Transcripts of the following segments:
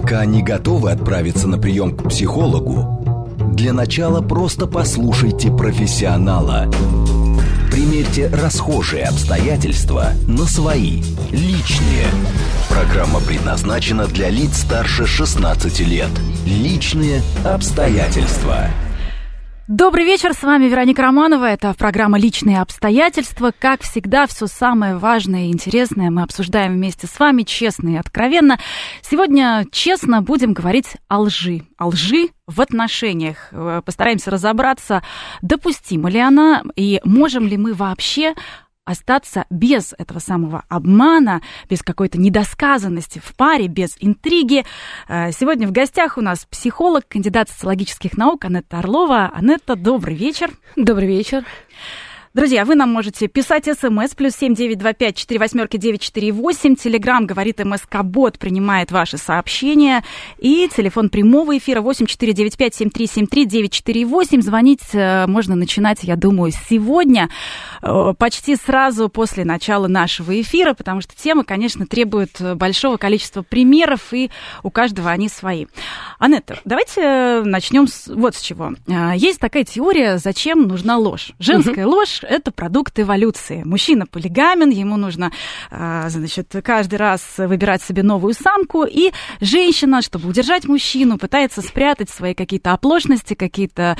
Пока не готовы отправиться на прием к психологу, для начала просто послушайте профессионала. Примерьте расхожие обстоятельства на свои, личные. Программа предназначена для лиц старше 16 лет. Личные обстоятельства. Добрый вечер, с вами Вероника Романова. Это программа «Личные обстоятельства». Как всегда, все самое важное и интересное мы обсуждаем вместе с вами, честно и откровенно. Сегодня честно будем говорить о лжи. О лжи в отношениях. Постараемся разобраться, допустима ли она и можем ли мы вообще остаться без этого самого обмана, без какой-то недосказанности в паре, без интриги. Сегодня в гостях у нас психолог, кандидат социологических наук Анетта Орлова. Анетта, добрый вечер. Добрый вечер. Друзья, вы нам можете писать СМС +7 925 48 948. Телеграм говорит МСК-бот, принимает ваши сообщения. И телефон прямого эфира 8495 7373 948. Звонить можно начинать, я думаю, сегодня, почти сразу после начала нашего эфира, потому что тема, конечно, требует большого количества примеров, и у каждого они свои. Анетта, давайте начнем вот с чего. Есть такая теория, зачем нужна ложь. Женская ложь – это продукт эволюции. Мужчина полигамен, ему нужно, значит, каждый раз выбирать себе новую самку, и женщина, чтобы удержать мужчину, пытается спрятать свои какие-то оплошности, какие-то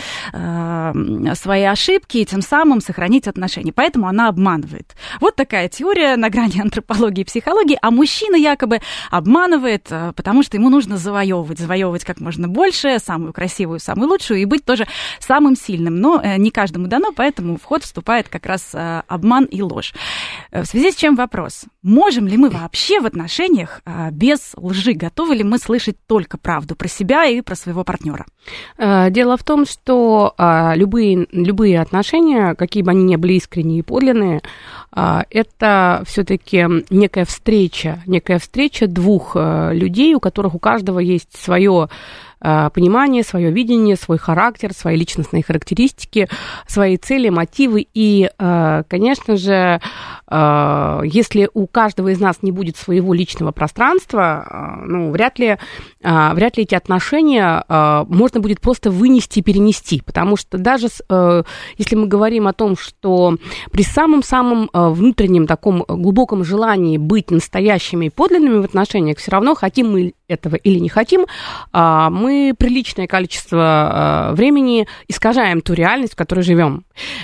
свои ошибки, и тем самым сохранить отношения. Поэтому она обманывает. Вот такая теория на грани антропологии и психологии, а мужчина якобы обманывает, потому что ему нужно завоевывать как можно больше, самую красивую, самую лучшую, и быть тоже самым сильным. Но не каждому дано, поэтому в ход вступает как раз обман и ложь. В связи с чем вопрос. Можем ли мы вообще в отношениях без лжи? Готовы ли мы слышать только правду про себя и про своего партнера? Дело в том, что любые отношения, какие бы они ни были искренние и подлинные, это все-таки некая встреча двух людей, у которых у каждого есть свое понимание, свое видение, свой характер, свои личностные характеристики, свои цели, мотивы. И, конечно же, если у каждого из нас не будет своего личного пространства, вряд ли эти отношения можно будет просто вынести и перенести. Потому что даже если мы говорим о том, что при самом-самом внутреннем таком глубоком желании быть настоящими и подлинными в отношениях, все равно, хотим мы этого или не хотим, мы приличное количество времени искажаем ту реальность, в которой живем.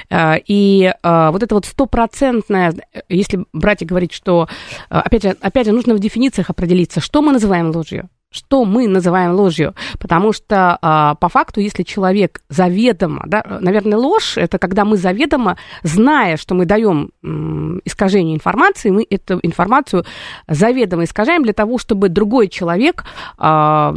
И вот это вот стопроцентное, если брать и говорить, что, опять же, нужно в дефинициях определиться, что мы называем ложью. Что мы называем ложью? Потому что по факту, если человек заведомо, наверное, ложь – это когда мы заведомо, зная, что мы даем искажение информации, мы эту информацию заведомо искажаем для того, чтобы другой человек ее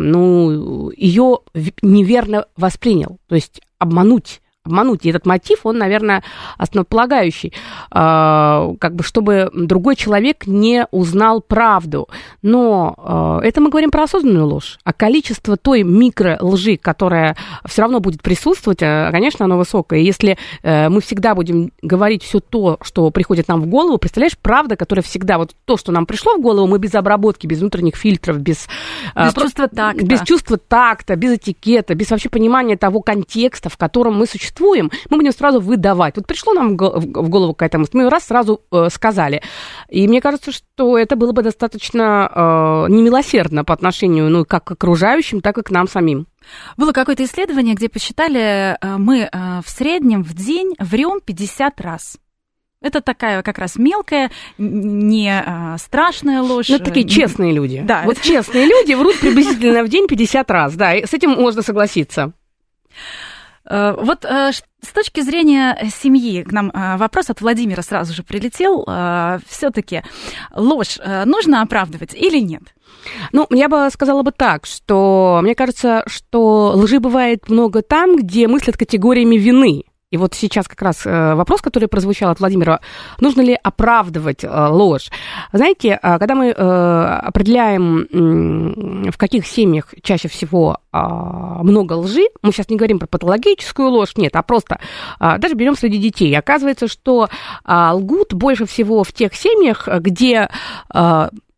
неверно воспринял, то есть обмануть. И этот мотив, он, наверное, основополагающий, чтобы другой человек не узнал правду. Но это мы говорим про осознанную ложь. А количество той микролжи, которая все равно будет присутствовать, конечно, оно высокое. Если мы всегда будем говорить все то, что приходит нам в голову, представляешь, правда, которая всегда, вот то, что нам пришло в голову, мы без обработки, без внутренних фильтров, без чувства такта, без этикета, без вообще понимания того контекста, в котором мы существуем, мы будем сразу выдавать. Вот пришло нам в голову какая-то мысль, мы сразу сказали. И мне кажется, что это было бы достаточно немилосердно по отношению как к окружающим, так и к нам самим. Было какое-то исследование, где посчитали, мы в среднем в день врем 50 раз. Это такая как раз мелкая, не страшная ложь. Ну, это такие честные люди. Да. Вот честные люди врут приблизительно в день 50 раз. Да, и с этим можно согласиться. Вот с точки зрения семьи, к нам вопрос от Владимира сразу же прилетел. Все-таки ложь нужно оправдывать или нет? Я бы сказала так, что мне кажется, что лжи бывает много там, где мыслят категориями вины. И вот сейчас как раз вопрос, который прозвучал от Владимира, нужно ли оправдывать ложь. Знаете, когда мы определяем, в каких семьях чаще всего много лжи, мы сейчас не говорим про патологическую ложь, нет, а просто даже берем среди детей. Оказывается, что лгут больше всего в тех семьях, где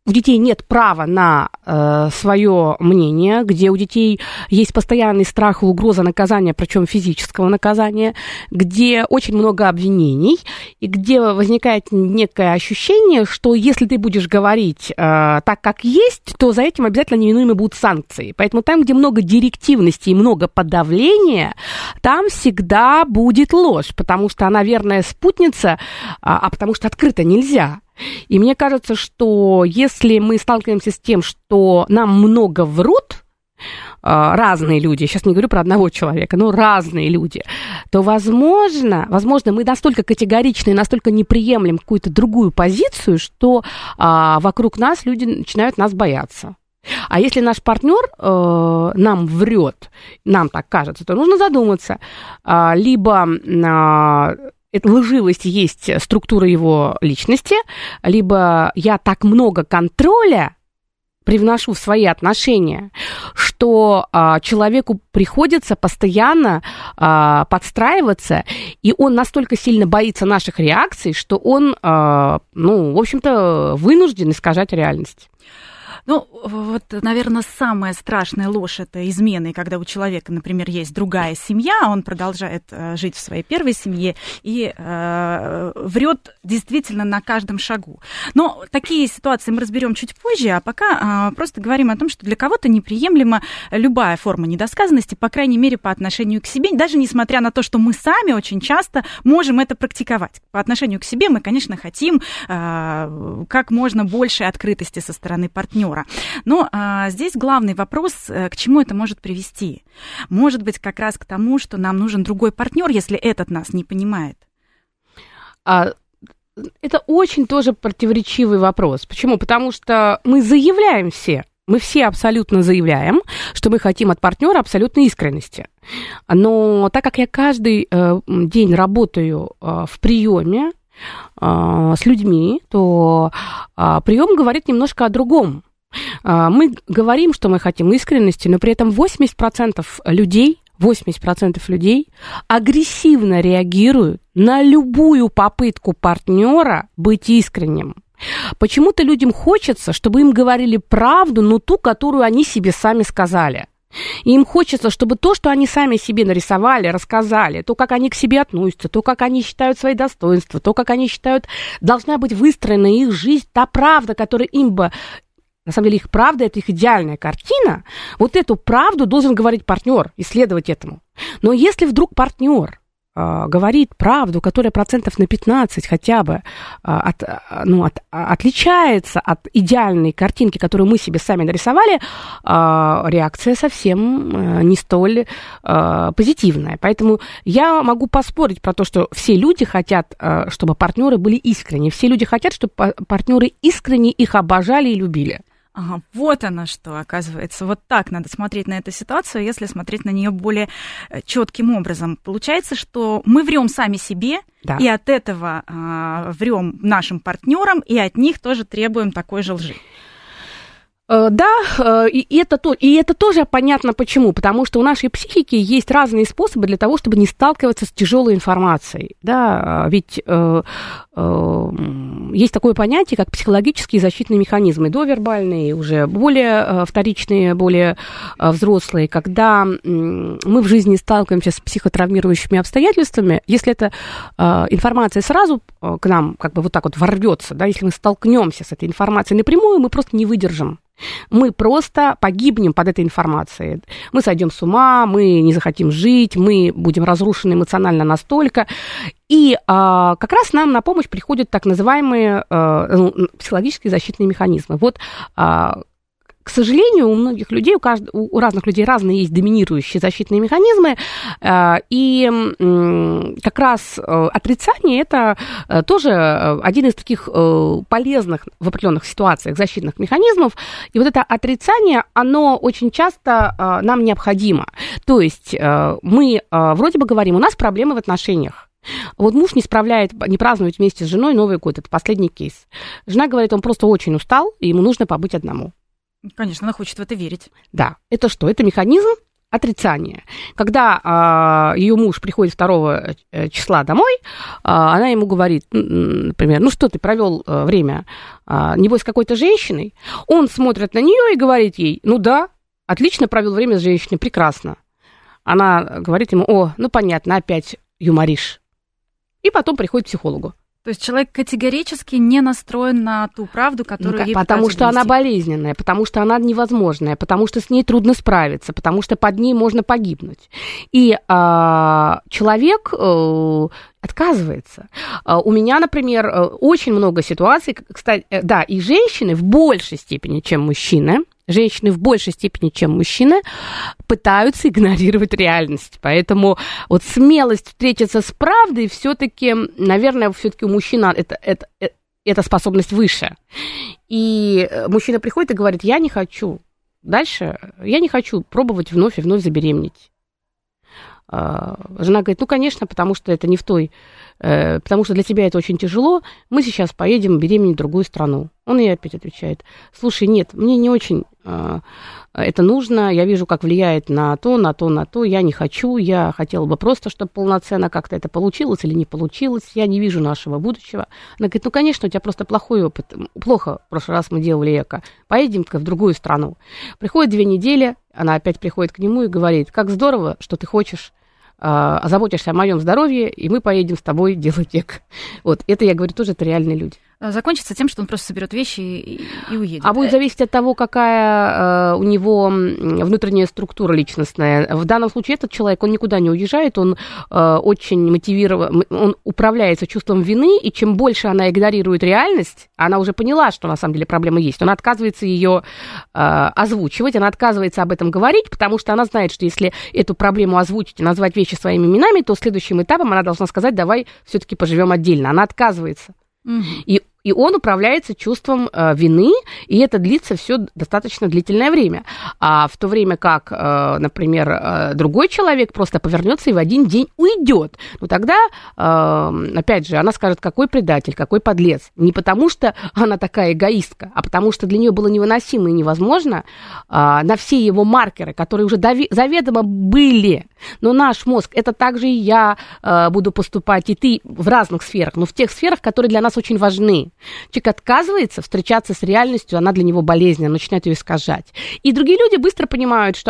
у детей нет права на свое мнение, где у детей есть постоянный страх и угроза наказания, причем физического наказания, где очень много обвинений, и где возникает некое ощущение, что если ты будешь говорить так, как есть, то за этим обязательно неминуемо будут санкции. Поэтому там, где много директивности и много подавления, там всегда будет ложь, потому что она верная спутница, а потому что открыто нельзя. И мне кажется, что если мы сталкиваемся с тем, что нам много врут, разные люди, сейчас не говорю про одного человека, но разные люди, то, возможно, мы настолько категоричны и настолько не приемлем какую-то другую позицию, что вокруг нас люди начинают нас бояться. А если наш партнер нам врет, нам так кажется, то нужно задуматься, либо эта лживость есть структура его личности, либо я так много контроля привношу в свои отношения, что человеку приходится постоянно подстраиваться, и он настолько сильно боится наших реакций, что он, в общем-то, вынужден искажать реальность. Ну, вот, наверное, самая страшная ложь – это измены, когда у человека, например, есть другая семья, он продолжает жить в своей первой семье и врет действительно на каждом шагу. Но такие ситуации мы разберем чуть позже, а пока просто говорим о том, что для кого-то неприемлема любая форма недосказанности, по крайней мере, по отношению к себе, даже несмотря на то, что мы сами очень часто можем это практиковать. По отношению к себе мы, конечно, хотим как можно больше открытости со стороны партнера. Но здесь главный вопрос, к чему это может привести. Может быть, как раз к тому, что нам нужен другой партнер, если этот нас не понимает. Это очень тоже противоречивый вопрос. Почему? Потому что мы заявляем все, мы все абсолютно заявляем, что мы хотим от партнера абсолютной искренности. Но так как я каждый день работаю в приеме с людьми, то прием говорит немножко о другом. Мы говорим, что мы хотим искренности, но при этом 80% людей агрессивно реагируют на любую попытку партнера быть искренним. Почему-то людям хочется, чтобы им говорили правду, но ту, которую они себе сами сказали. И им хочется, чтобы то, что они сами себе нарисовали, рассказали, то, как они к себе относятся, то, как они считают свои достоинства, то, как они считают, должна быть выстроена их жизнь, та правда, которая им бы... На самом деле их правда – это их идеальная картина. Вот эту правду должен говорить партнер и следовать этому. Но если вдруг партнер говорит правду, которая процентов на 15 хотя бы отличается от идеальной картинки, которую мы себе сами нарисовали, реакция совсем не столь позитивная. Поэтому я могу поспорить про то, что все люди хотят, чтобы партнеры были искренни. Все люди хотят, чтобы партнеры искренне их обожали и любили. Ага, вот оно что, оказывается. Вот так надо смотреть на эту ситуацию, если смотреть на нее более четким образом. Получается, что мы врем сами себе, да, и от этого врем нашим партнерам, и от них тоже требуем такой же лжи. Да, и это тоже понятно почему. Потому что у нашей психики есть разные способы для того, чтобы не сталкиваться с тяжелой информацией. Да, ведь есть такое понятие, как психологические защитные механизмы, довербальные, уже более вторичные, более взрослые. Когда мы в жизни сталкиваемся с психотравмирующими обстоятельствами, если эта информация сразу к нам как бы вот так вот ворвется, да, если мы столкнемся с этой информацией напрямую, мы просто не выдержим. Мы просто погибнем под этой информацией. Мы сойдем с ума, мы не захотим жить, мы будем разрушены эмоционально настолько. И как раз нам на помощь приходят так называемые психологические защитные механизмы. Вот, к сожалению, у многих людей, у разных людей разные есть доминирующие защитные механизмы, и как раз отрицание – это тоже один из таких полезных в определенных ситуациях защитных механизмов. И вот это отрицание, оно очень часто нам необходимо. То есть мы вроде бы говорим, у нас проблемы в отношениях. Вот муж не празднует вместе с женой Новый год, это последний кейс. Жена говорит, он просто очень устал, и ему нужно побыть одному. Конечно, она хочет в это верить. Да. Это что? Это механизм отрицание. Когда ее муж приходит 2 числа домой, она ему говорит, например, ну что ты провел время, небось, с какой-то женщиной, он смотрит на нее и говорит ей, ну да, отлично провел время с женщиной, прекрасно. Она говорит ему, о, ну понятно, опять юморишь. И потом приходит к психологу. То есть человек категорически не настроен на ту правду, которую ей пытаются потому что донести. она болезненная, потому что она невозможная, потому что с ней трудно справиться, потому что под ней можно погибнуть. И человек отказывается. У меня, например, очень много ситуаций, кстати, да, и женщины в большей степени, чем мужчины, пытаются игнорировать реальность. Поэтому вот смелость встретиться с правдой все-таки, наверное, все-таки у мужчины эта способность выше. И мужчина приходит и говорит, я не хочу дальше, я не хочу пробовать вновь и вновь забеременеть. Жена говорит, ну, конечно, потому что это не в той, потому что для тебя это очень тяжело, мы сейчас поедем беременеть в другую страну. Он ей опять отвечает, слушай, нет, мне не очень это нужно, я вижу, как влияет на то, я не хочу, я хотела бы просто, чтобы полноценно как-то это получилось или не получилось, я не вижу нашего будущего. Она говорит, ну, конечно, у тебя просто плохой опыт, плохо в прошлый раз мы делали эко, поедем-ка в другую страну. Приходит 2 недели, она опять приходит к нему и говорит, как здорово, что ты хочешь, озаботишься о моем здоровье, и мы поедем с тобой делать эко. Вот, это, я говорю, тоже это реальные люди. Закончится тем, что он просто соберет вещи и уедет. А будет зависеть от того, какая у него внутренняя структура личностная. В данном случае этот человек, он никуда не уезжает, он очень мотивирован, он управляется чувством вины, и чем больше она игнорирует реальность, она уже поняла, что на самом деле проблема есть, она отказывается ее озвучивать, она отказывается об этом говорить, потому что она знает, что если эту проблему озвучить и назвать вещи своими именами, то следующим этапом она должна сказать, давай все-таки поживем отдельно. Она отказывается. И он управляется чувством вины, и это длится все достаточно длительное время. А в то время как, например, другой человек просто повернется и в один день уйдет. Ну тогда, опять же, она скажет, какой предатель, какой подлец. Не потому что она такая эгоистка, а потому что для нее было невыносимо и невозможно на все его маркеры, которые уже заведомо были. Но наш мозг, это также и я буду поступать, и ты в разных сферах, но в тех сферах, которые для нас очень важны. Человек отказывается встречаться с реальностью, она для него болезненна, начинает ее искажать. И другие люди быстро понимают, что,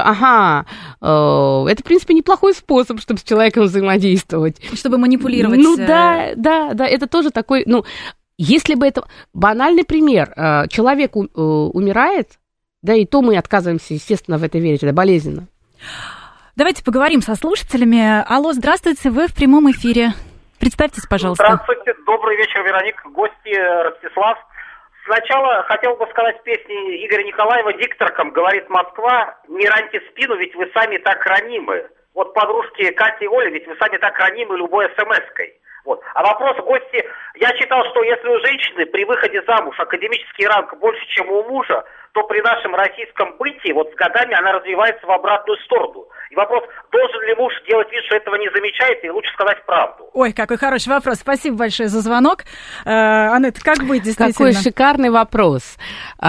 это, в принципе, неплохой способ, чтобы с человеком взаимодействовать. Чтобы манипулировать. Ну да, это тоже такой, если бы это... Банальный пример. Человек умирает, да, и то мы отказываемся, естественно, в это верить, это болезненно. Давайте поговорим со слушателями. Алло, здравствуйте, вы в прямом эфире. Представьтесь, пожалуйста. Здравствуйте, добрый вечер, Вероника, гости, Ростислав. Сначала хотел бы сказать песни Игоря Николаева «Дикторкам говорит Москва». Не раньте спину, ведь вы сами так ранимы. Вот подружки Катя и Оля, ведь вы сами так ранимы любой смс-кой. Вот. А вопрос, гости, я читал, что если у женщины при выходе замуж академический ранг больше, чем у мужа, то при нашем российском бытии вот с годами она развивается в обратную сторону. И вопрос, должен ли муж делать вид, что этого не замечает, и лучше сказать правду? Ой, какой хороший вопрос. Спасибо большое за звонок. Анетта, как быть действительно? Какой шикарный вопрос.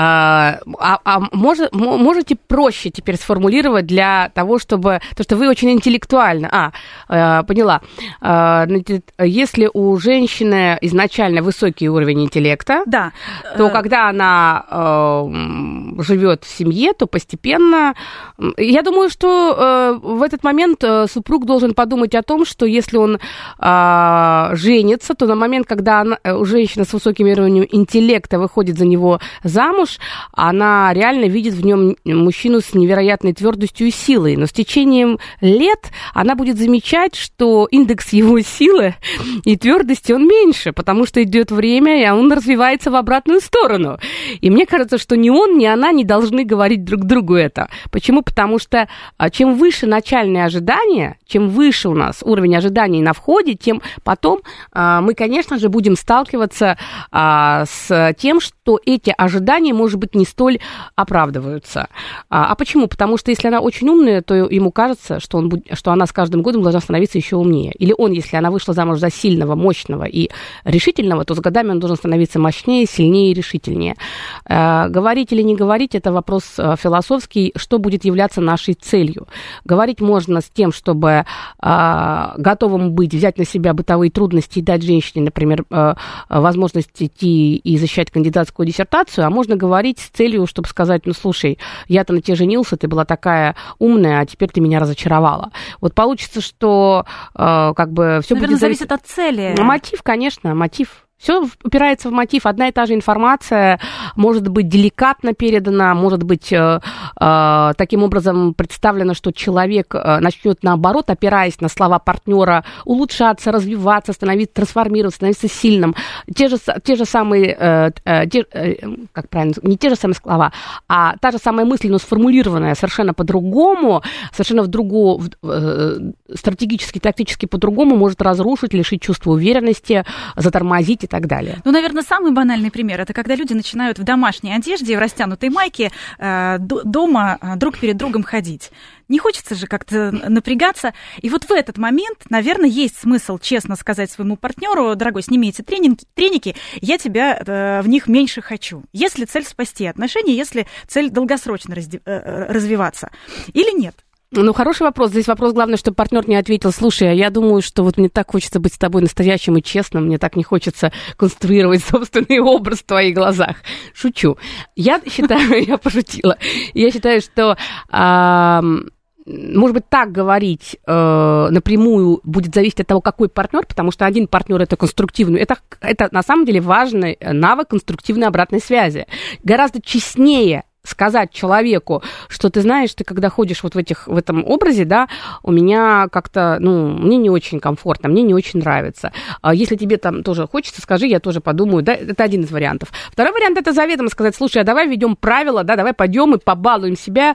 Можете проще теперь сформулировать для того, чтобы... То, что вы очень интеллектуально... Поняла. Если у женщины изначально высокий уровень интеллекта, да, то когда она живет в семье, то постепенно... Я думаю, что в этот момент супруг должен подумать о том, что если он женится, то на момент, когда женщина с высоким уровнем интеллекта выходит за него замуж, она реально видит в нем мужчину с невероятной твердостью и силой. Но с течением лет она будет замечать, что индекс его силы и твердости он меньше, потому что идет время, и он развивается в обратную сторону. И мне кажется, что ни он, ни она не должны говорить друг другу это. Почему? Потому что чем выше начальные ожидания, чем выше у нас уровень ожиданий на входе, тем потом мы, конечно же, будем сталкиваться с тем, что эти ожидания, может быть, не столь оправдываются. А почему? Потому что если она очень умная, то ему кажется, что она с каждым годом должна становиться еще умнее. Или он, если она вышла замуж за сильного, мощного и решительного, то с годами он должен становиться мощнее, сильнее и решительнее. Говорить или не говорить, это вопрос философский, что будет являться нашей целью. Говорить можно с тем, чтобы готовым быть, взять на себя бытовые трудности и дать женщине, например, возможность идти и защищать кандидатскую диссертацию, а можно говорить с целью, чтобы сказать, ну, слушай, я-то на тебе женился, ты была такая умная, а теперь ты меня разочаровала. Вот получится, что как бы все будет зависит от цели. Мотив, конечно, мотив. Все упирается в мотив. Одна и та же информация может быть деликатно передана, может быть таким образом представлена, что человек начнет, наоборот, опираясь на слова партнера, улучшаться, развиваться, трансформироваться, становиться сильным. Те же самые, как правильно, не те же самые слова, а та же самая мысль, но сформулированная совершенно по-другому, совершенно стратегически, тактически по-другому может разрушить, лишить чувства уверенности, затормозить и так далее. Ну, наверное, самый банальный пример – это когда люди начинают в домашней одежде, в растянутой майке дома друг перед другом ходить. Не хочется же как-то напрягаться. И вот в этот момент, наверное, есть смысл честно сказать своему партнеру: дорогой, сними эти треники, я тебя в них меньше хочу. Если цель спасти отношения, если цель долгосрочно развиваться. Или нет? Ну, хороший вопрос. Здесь вопрос, главное, чтобы партнер не ответил: слушай, а я думаю, что вот мне так хочется быть с тобой настоящим и честным, мне так не хочется конструировать собственный образ в твоих глазах. Шучу. Я считаю, я пошутила. Я считаю, что, может быть, так говорить напрямую будет зависеть от того, какой партнер, потому что один партнер это конструктивный. Это на самом деле важный навык конструктивной обратной связи. Гораздо честнее сказать человеку, что ты знаешь, ты когда ходишь вот в этом образе, да, у меня как-то, мне не очень комфортно, мне не очень нравится. Если тебе там тоже хочется, скажи, я тоже подумаю, да, это один из вариантов. Второй вариант — это заведомо сказать: слушай, а давай введем правила, да, давай пойдем и побалуем себя,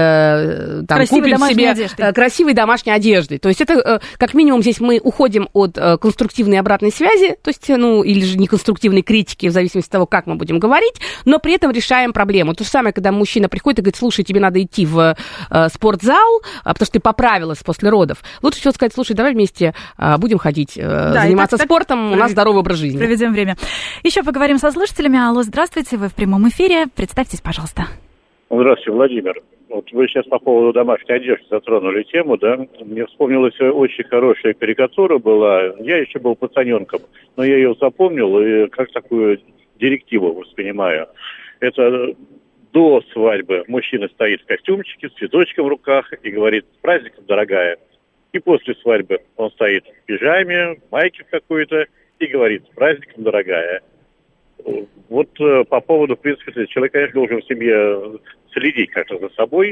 купим себе красивой домашней одеждой. То есть это, как минимум, здесь мы уходим от конструктивной обратной связи, то есть, или же неконструктивной критики, в зависимости от того, как мы будем говорить, но при этом решаем проблему. То же самое, когда мужчина приходит и говорит: слушай, тебе надо идти в спортзал, потому что ты поправилась после родов. Лучше всего сказать: слушай, давай вместе будем ходить, заниматься спортом, у нас здоровый образ жизни. Проведем время. Еще поговорим со слушателями. Алло, здравствуйте, вы в прямом эфире. Представьтесь, пожалуйста. Здравствуйте, Владимир. Вот вы сейчас по поводу домашней одежды затронули тему, да? Мне вспомнилась очень хорошая карикатура была. Я еще был пацаненком, но я ее запомнил и как такую директиву воспринимаю. Это до свадьбы мужчина стоит в костюмчике, с цветочком в руках и говорит: с праздником, дорогая. И после свадьбы он стоит в пижаме, в майке какой-то и говорит: с праздником, дорогая. Вот по поводу, в принципе, человек, конечно, должен в семье следить как-то за собой.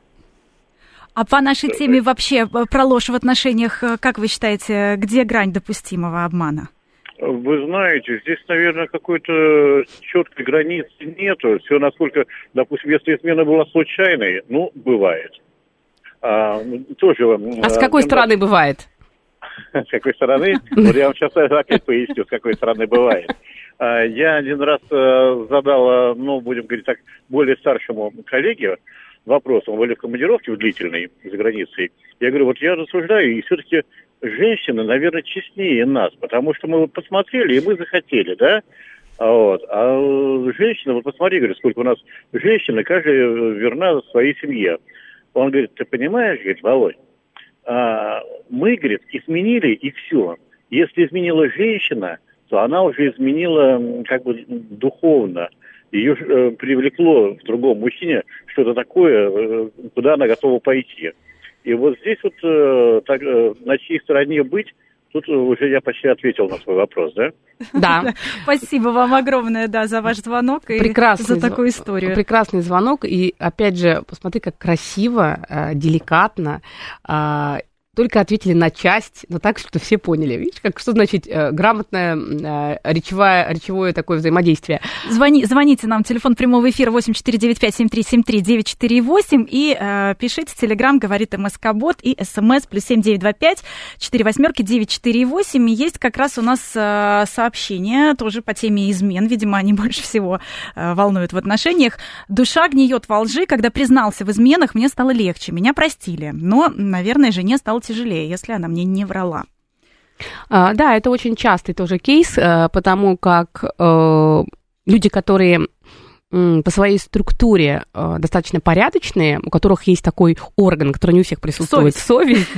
А по нашей теме вообще про ложь в отношениях, как вы считаете, где грань допустимого обмана? Вы знаете, здесь, наверное, какой-то четкой границы нету. Все насколько, допустим, если измена была случайной, бывает. С какой стороны бывает? С какой стороны? Вот я вам сейчас опять поясню, с какой стороны бывает. Я один раз задал, будем говорить так, более старшему коллеге вопрос. Он был в командировке длительной за границей. Я говорю: вот я рассуждаю, и все-таки женщины, наверное, честнее нас, потому что мы посмотрели, и мы захотели, да? А женщина, вот посмотри, говорит, сколько у нас женщин, и каждая верна своей семье. Он говорит: ты понимаешь, говорит, Володь, мы, говорит, изменили, и все. Если изменила женщина, то она уже изменила как бы духовно. Ее привлекло в другом мужчине что-то такое, куда она готова пойти. И вот здесь вот на чьей стороне быть, тут уже я почти ответил на свой вопрос, да? Да. Спасибо вам огромное, за ваш звонок и за такую историю. Прекрасный звонок. И опять же, посмотри, как красиво, деликатно. Только ответили на часть, но так, что все поняли. Видишь, что значит грамотное речевое такое взаимодействие. Звоните нам, телефон прямого эфира 8495-7373-948 и пишите телеграм «Говорит МСК-бот» и СМС +7 925 4 8 948. И есть как раз у нас сообщение тоже по теме измен. Видимо, они больше всего волнуют в отношениях. Душа гниет во лжи. Когда признался в изменах, мне стало легче. Меня простили. Но, наверное, жене стало тяжелее, если она мне не врала. Да, это очень частый тоже кейс, потому как люди, которые по своей структуре достаточно порядочные, у которых есть такой орган, который не у всех присутствует, совесть,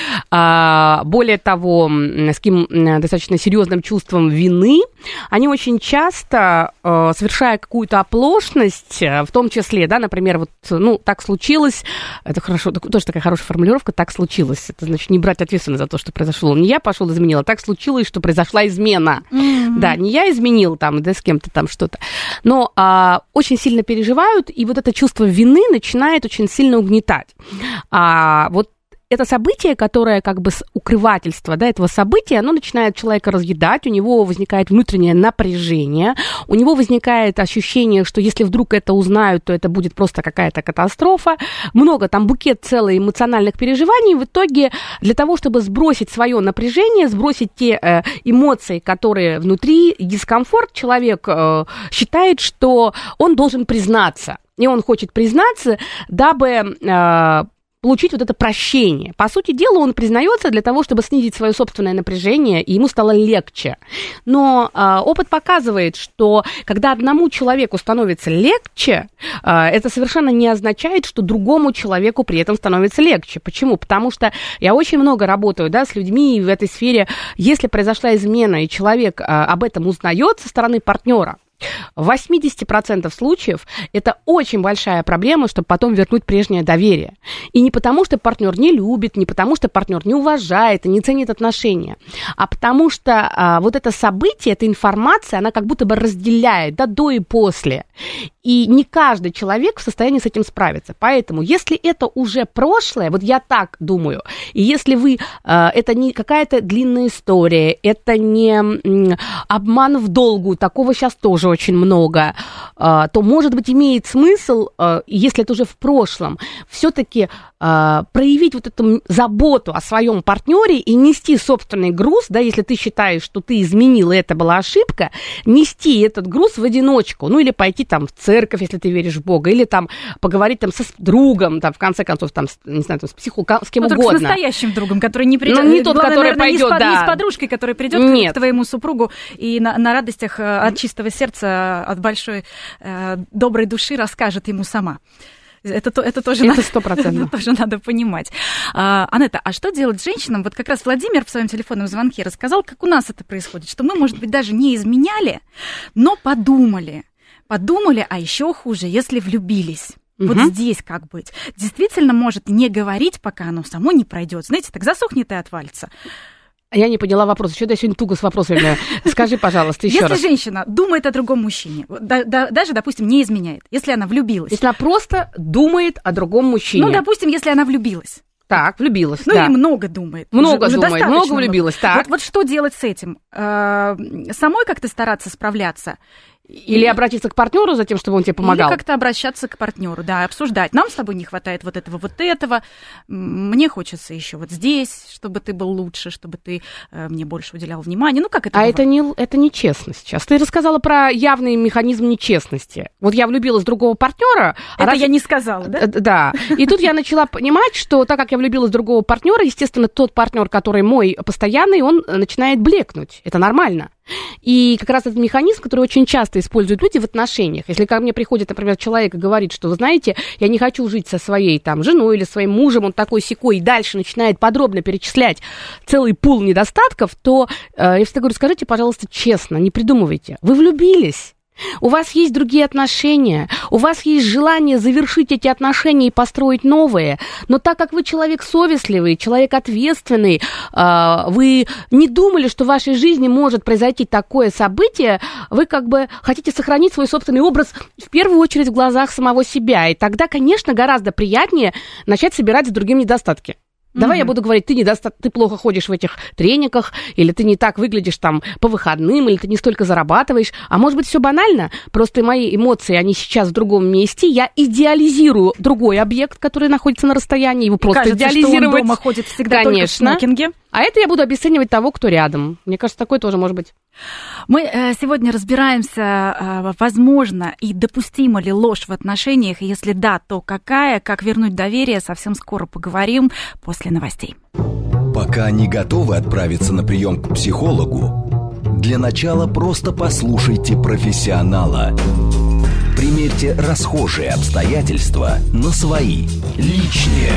да. Более того, с таким достаточно серьезным чувством вины, они очень часто, совершая какую-то оплошность, в том числе, да, например, вот, ну, так случилось, это хорошо, тоже такая хорошая формулировка, так случилось, это значит не брать ответственность за то, что произошло. Не я пошел изменила, так случилось, что произошла измена. Да, не я изменил там, да, с кем-то там что-то, но очень сильно переживают, и вот это чувство вины начинает очень сильно угнетать. Вот это событие, которое как бы укрывательство, да, этого события, оно начинает человека разъедать, у него возникает внутреннее напряжение, у него возникает ощущение, что если вдруг это узнают, то это будет просто какая-то катастрофа. Много там букет целый эмоциональных переживаний. В итоге для того, чтобы сбросить свое напряжение, сбросить те эмоции, которые внутри, дискомфорт, человек считает, что он должен признаться. И он хочет признаться, дабы получить вот это прощение. По сути дела, он признается для того, чтобы снизить свое собственное напряжение, и ему стало легче. Но опыт показывает, что когда одному человеку становится легче, это совершенно не означает, что другому человеку при этом становится легче. Почему? Потому что я очень много работаю, да, с людьми в этой сфере. Если произошла измена, и человек об этом узнает со стороны партнера, в 80% случаев это очень большая проблема, чтобы потом вернуть прежнее доверие. И не потому, что партнер не любит, не потому, что партнер не уважает и не ценит отношения, а потому что вот это событие, эта информация, она как будто бы разделяет, да, до и после. И не каждый человек в состоянии с этим справиться. Поэтому, если это уже прошлое, вот я так думаю, и если вы, это не какая-то длинная история, это не обман в долгу, такого сейчас тоже очень много, то, может быть, имеет смысл, если это уже в прошлом, все-таки проявить вот эту заботу о своем партнере и нести собственный груз, да, если ты считаешь, что ты изменил, и это была ошибка, нести этот груз в одиночку, ну, или пойти там в церковь, если ты веришь в Бога, или там поговорить там со другом, там, в конце концов, там, не знаю, там, с психологом, с кем угодно. Только с настоящим другом, который не придет. Ну, не тот, главное, который пойдет, да. Не с подружкой, которая придет к твоему супругу и на радостях от чистого сердца, от большой доброй души расскажет ему сама. Это тоже надо, 100%. Это тоже надо понимать. Анетта, а что делать женщинам? Вот как раз Владимир в своем телефонном звонке рассказал, как у нас это происходит, что мы, может быть, даже не изменяли, но подумали, а еще хуже, если влюбились. Вот здесь как быть? Действительно, может не говорить, пока оно само не пройдет. Знаете, так засохнет и отвалится. Я не поняла вопрос. Что-то я сегодня туго с вопросами. Скажи, пожалуйста, еще раз. Если женщина думает о другом мужчине, даже, допустим, не изменяет, если она влюбилась. Если она просто думает о другом мужчине. Ну, допустим, если она влюбилась. Так, влюбилась, ну, да. и много думает. Много влюбилась, так. Вот что делать с этим? Самой как-то стараться справляться? Или обратиться к партнеру за тем, чтобы он тебе помогал? Или как-то обращаться к партнеру, да, обсуждать. Нам с тобой не хватает вот этого. Мне хочется еще вот здесь, чтобы ты был лучше, чтобы ты мне больше уделял внимания. Ну, как это бывает? Это нечестно сейчас. Ты рассказала про явный механизм нечестности. Вот я влюбилась в другого партнера. Это я не сказала, да? Да. И тут я начала понимать, что так как я влюбилась в другого партнера, естественно, тот партнер, который мой постоянный, он начинает блекнуть. Это нормально. И как раз этот механизм, который очень часто используют люди в отношениях. Если ко мне приходит, например, человек и говорит, что, вы знаете, я не хочу жить со своей там женой или своим мужем, он такой-сякой, и дальше начинает подробно перечислять целый пул недостатков, то я всегда говорю, скажите, пожалуйста, честно, не придумывайте. Вы влюбились. У вас есть другие отношения, у вас есть желание завершить эти отношения и построить новые, но так как вы человек совестливый, человек ответственный, вы не думали, что в вашей жизни может произойти такое событие, вы как бы хотите сохранить свой собственный образ в первую очередь в глазах самого себя, и тогда, конечно, гораздо приятнее начать собирать с другим недостатки. Давай я буду говорить, ты плохо ходишь в этих трениках, или ты не так выглядишь там по выходным, или ты не столько зарабатываешь. А может быть, все банально? Просто мои эмоции, они сейчас в другом месте. Я идеализирую другой объект, который находится на расстоянии. Его просто кажется, идеализировать. Что он дома ходит всегда только в смокинге. А это я буду обесценивать того, кто рядом. Мне кажется, такое тоже может быть. Мы сегодня разбираемся, возможно и допустима ли ложь в отношениях. Если да, то какая? Как вернуть доверие? Совсем скоро поговорим после новостей. Пока не готовы отправиться на прием к психологу, для начала просто послушайте профессионала. Примерьте расхожие обстоятельства на свои, личные.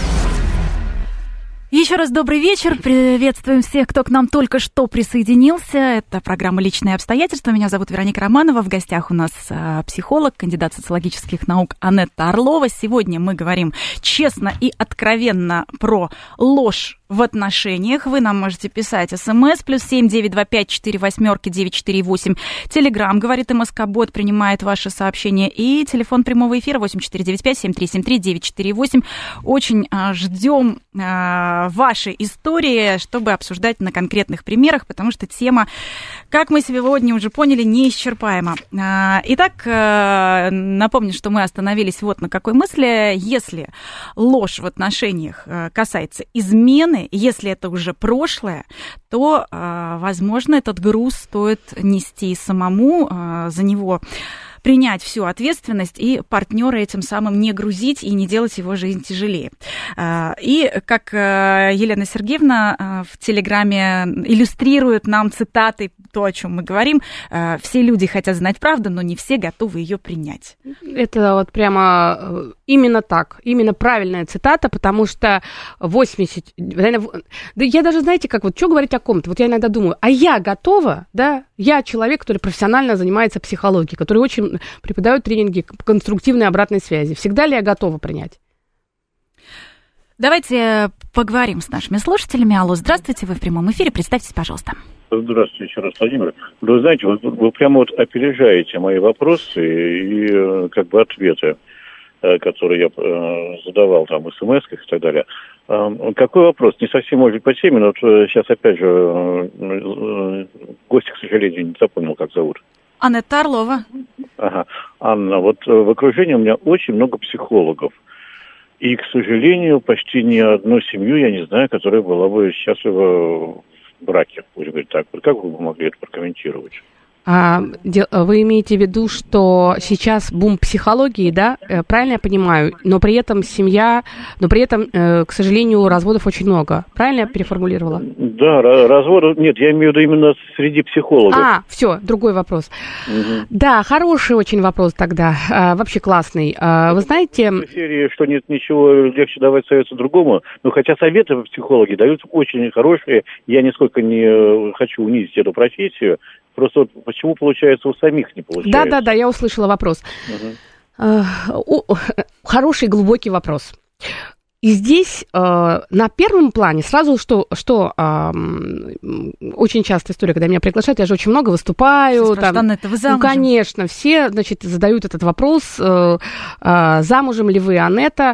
Еще раз добрый вечер. Приветствуем всех, кто к нам только что присоединился. Это программа «Личные обстоятельства». Меня зовут Вероника Романова. В гостях у нас психолог, кандидат социологических наук Анетта Орлова. Сегодня мы говорим честно и откровенно про ложь в отношениях. Вы нам можете писать СМС +7 925 48 948. Телеграм, говорит МСК-бот, принимает ваши сообщения. И телефон прямого эфира 8495 7373 948. Очень ждем ваши истории, чтобы обсуждать на конкретных примерах, потому что тема, как мы сегодня уже поняли, неисчерпаема. Итак, напомню, что мы остановились вот на какой мысли. Если ложь в отношениях касается измены, если это уже прошлое, то, возможно, этот груз стоит нести самому, за него принять всю ответственность и партнера этим самым не грузить и не делать его жизнь тяжелее. И как Елена Сергеевна в Телеграме иллюстрирует нам цитатой то, о чем мы говорим, все люди хотят знать правду, но не все готовы ее принять. Это вот прямо именно так, именно правильная цитата, потому что 80... Да я даже, знаете, как вот, что говорить о ком-то? Вот я иногда думаю, а я готова, да? Я человек, который профессионально занимается психологией, который очень преподает тренинги конструктивной обратной связи. Всегда ли я готова принять? Давайте поговорим с нашими слушателями. Алло, здравствуйте, вы в прямом эфире. Представьтесь, пожалуйста. Здравствуйте еще раз, Владимир. Вы знаете, вы прямо вот опережаете мои вопросы и как бы ответы, которые я задавал там в смс-ках и так далее. Какой вопрос? Не совсем может быть по теме, но вот сейчас опять же гостя, к сожалению, не запомнил, как зовут. Анетта Орлова. Ага. Анна, вот в окружении у меня очень много психологов. И, к сожалению, почти ни одну семью я не знаю, которая была бы счастлива в браке, пусть говорить так. Вот как вы могли это прокомментировать? Вы имеете в виду, что сейчас бум психологии, да? Правильно я понимаю? Но при этом семья, к сожалению, разводов очень много. Правильно я переформулировала? Да, разводов нет, я имею в виду именно среди психологов. Все, другой вопрос. Угу. Да, хороший очень вопрос тогда, вообще классный. Вы знаете... В серии, что нет ничего легче давать совету другому, но хотя советы психологи дают очень хорошие, я нисколько не хочу унизить эту профессию. Просто вот почему, получается, у самих не получается? Да, я услышала вопрос. Хороший, глубокий вопрос. И здесь на первом плане сразу, что очень частая история, когда меня приглашают, я же очень много выступаю. Там, Анетта, вы замужем? Ну, конечно, все, значит, задают этот вопрос, замужем ли вы, Анетта,